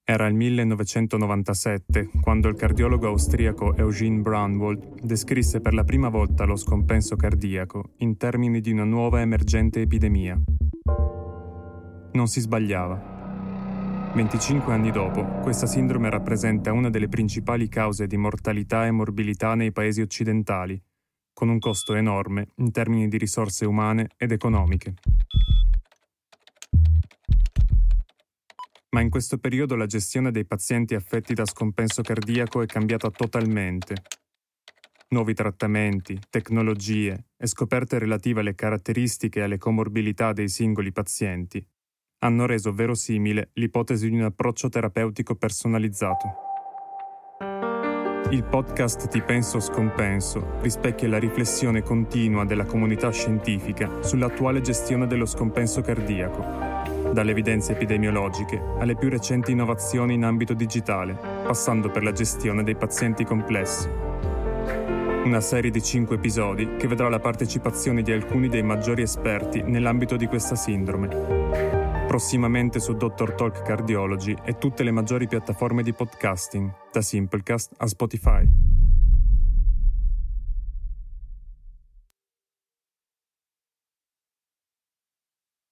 Era il 1997 quando il cardiologo austriaco Eugene Braunwald descrisse per la prima volta lo scompenso cardiaco in termini di una nuova emergente epidemia. Non si sbagliava. 25 anni dopo, questa sindrome rappresenta una delle principali cause di mortalità e morbilità nei paesi occidentali, con un costo enorme in termini di risorse umane ed economiche. Ma in questo periodo la gestione dei pazienti affetti da scompenso cardiaco è cambiata totalmente. Nuovi trattamenti, tecnologie e scoperte relative alle caratteristiche e alle comorbilità dei singoli pazienti hanno reso verosimile l'ipotesi di un approccio terapeutico personalizzato. Il podcast Ti penso scompenso rispecchia la riflessione continua della comunità scientifica sull'attuale gestione dello scompenso cardiaco, dalle evidenze epidemiologiche alle più recenti innovazioni in ambito digitale, passando per la gestione dei pazienti complessi. Una serie di 5 episodi che vedrà la partecipazione di alcuni dei maggiori esperti nell'ambito di questa sindrome. Prossimamente su Dr. Talk Cardiology e tutte le maggiori piattaforme di podcasting, da Simplecast a Spotify.